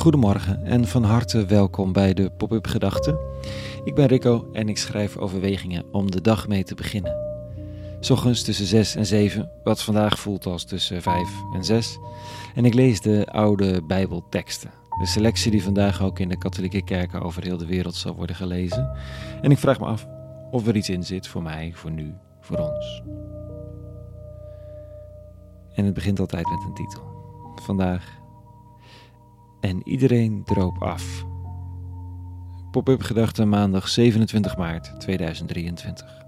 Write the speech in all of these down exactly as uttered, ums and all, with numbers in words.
Goedemorgen en van harte welkom bij de Pop-up Gedachten. Ik ben Rico en ik schrijf overwegingen om de dag mee te beginnen. 's Ochtends tussen zes en zeven, wat vandaag voelt als tussen vijf en zes. En ik lees de oude Bijbelteksten. De selectie die vandaag ook in de katholieke kerken over heel de wereld zal worden gelezen. En ik vraag me af of er iets in zit voor mij, voor nu, voor ons. En het begint altijd met een titel. Vandaag. En iedereen droop af. Pop-up Gedachten maandag zevenentwintig maart tweeduizend drieëntwintig.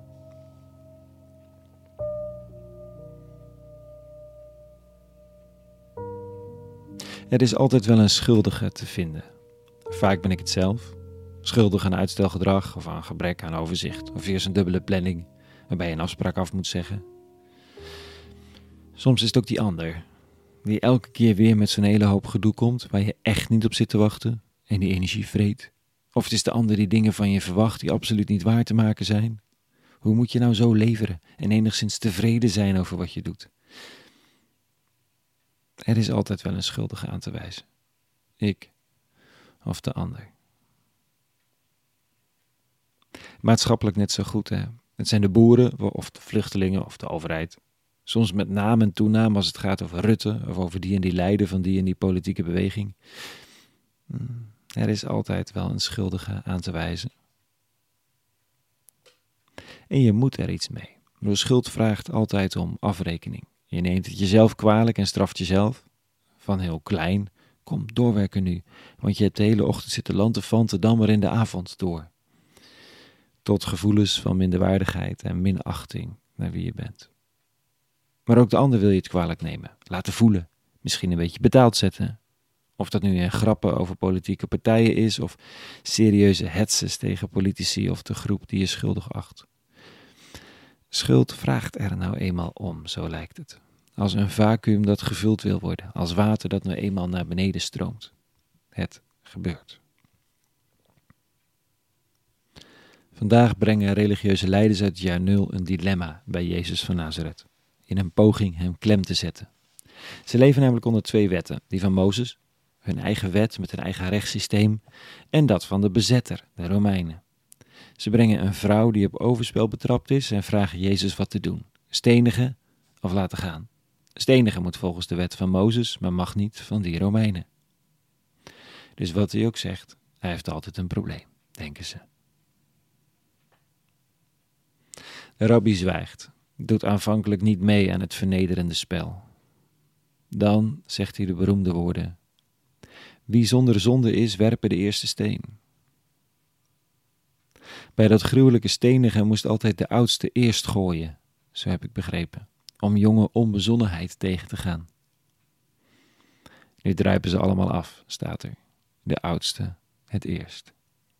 Er is altijd wel een schuldige te vinden. Vaak ben ik het zelf. Schuldig aan uitstelgedrag of aan gebrek aan overzicht. Of eerst een dubbele planning waarbij je een afspraak af moet zeggen. Soms is het ook die ander. Die elke keer weer met zo'n hele hoop gedoe komt waar je echt niet op zit te wachten en die energie vreet. Of het is de ander die dingen van je verwacht die absoluut niet waar te maken zijn. Hoe moet je nou zo leveren en enigszins tevreden zijn over wat je doet? Er is altijd wel een schuldige aan te wijzen. Ik of de ander. Maatschappelijk net zo goed, hè? Het zijn de boeren of de vluchtelingen of de overheid. Soms met naam en toenaam als het gaat over Rutte of over die en die leider van die en die politieke beweging. Er is altijd wel een schuldige aan te wijzen. En je moet er iets mee. De schuld vraagt altijd om afrekening. Je neemt het jezelf kwalijk en straft jezelf. Van heel klein, kom doorwerken nu, want je hebt de hele ochtend zitten lantefanten, dan maar in de avond door. Tot gevoelens van minderwaardigheid en minachting naar wie je bent. Maar ook de ander wil je het kwalijk nemen, laten voelen, misschien een beetje betaald zetten. Of dat nu in grappen over politieke partijen is of serieuze hetses tegen politici of de groep die je schuldig acht. Schuld vraagt er nou eenmaal om, zo lijkt het. Als een vacuüm dat gevuld wil worden, als water dat nou eenmaal naar beneden stroomt. Het gebeurt. Vandaag brengen religieuze leiders uit het jaar nul een dilemma bij Jezus van Nazareth. In een poging hem klem te zetten. Ze leven namelijk onder twee wetten. Die van Mozes, hun eigen wet met een eigen rechtssysteem, en dat van de bezetter, de Romeinen. Ze brengen een vrouw die op overspel betrapt is en vragen Jezus wat te doen. Stenigen of laten gaan. Stenigen moet volgens de wet van Mozes, maar mag niet van die Romeinen. Dus wat hij ook zegt, hij heeft altijd een probleem, denken ze. De rabbi zwijgt. Doet aanvankelijk niet mee aan het vernederende spel. Dan zegt hij de beroemde woorden: wie zonder zonde is, werpen de eerste steen. Bij dat gruwelijke stenigen moest altijd de oudste eerst gooien, zo heb ik begrepen, om jonge onbezonnenheid tegen te gaan. Nu druipen ze allemaal af, staat er. De oudste het eerst.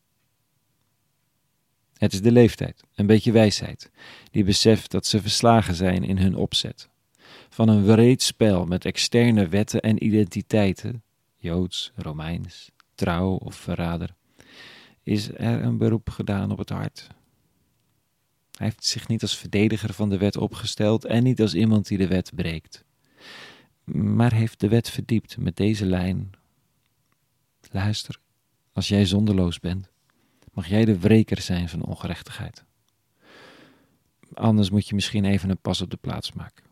Het is de leeftijd, een beetje wijsheid, die beseft dat ze verslagen zijn in hun opzet. Van een wreed spel met externe wetten en identiteiten, Joods, Romeins, trouw of verrader, is er een beroep gedaan op het hart. Hij heeft zich niet als verdediger van de wet opgesteld en niet als iemand die de wet breekt, maar heeft de wet verdiept met deze lijn. Luister, als jij zonderloos bent, mag jij de wreker zijn van ongerechtigheid. Anders moet je misschien even een pas op de plaats maken.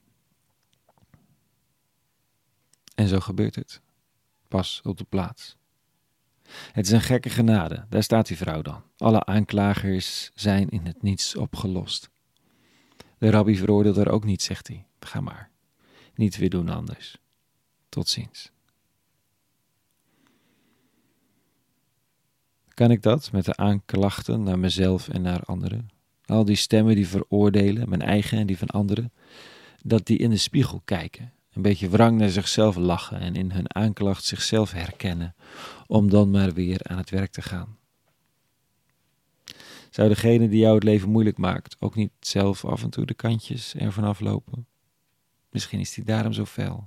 En zo gebeurt het. Pas op de plaats. Het is een gekke genade, daar staat die vrouw dan. Alle aanklagers zijn in het niets opgelost. De rabbi veroordeelt er ook niet, zegt hij. Ga maar. Niet weer doen anders. Tot ziens. Kan ik dat met de aanklachten naar mezelf en naar anderen? Al die stemmen die veroordelen, mijn eigen en die van anderen, dat die in de spiegel kijken, een beetje wrang naar zichzelf lachen en in hun aanklacht zichzelf herkennen, om dan maar weer aan het werk te gaan. Zou degene die jou het leven moeilijk maakt ook niet zelf af en toe de kantjes ervan aflopen? Misschien is die daarom zo fel.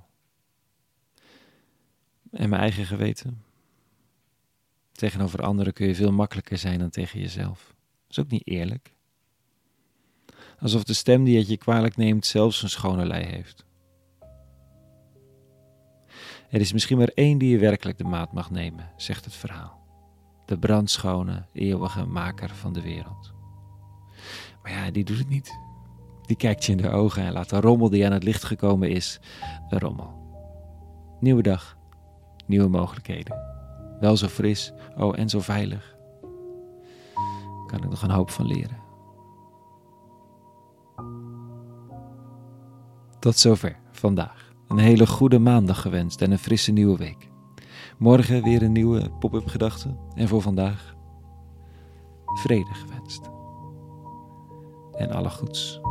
En mijn eigen geweten? Tegenover anderen kun je veel makkelijker zijn dan tegen jezelf. Dat is ook niet eerlijk. Alsof de stem die het je kwalijk neemt zelfs een schone lei heeft. Er is misschien maar één die je werkelijk de maat mag nemen, zegt het verhaal. De brandschone, eeuwige maker van de wereld. Maar ja, die doet het niet. Die kijkt je in de ogen en laat de rommel die aan het licht gekomen is, een rommel. Nieuwe dag, nieuwe mogelijkheden. Wel zo fris, oh en zo veilig. Kan ik nog een hoop van leren. Tot zover vandaag. Een hele goede maandag gewenst en een frisse nieuwe week. Morgen weer een nieuwe pop-up gedachte. En voor vandaag vrede gewenst. En alle goeds.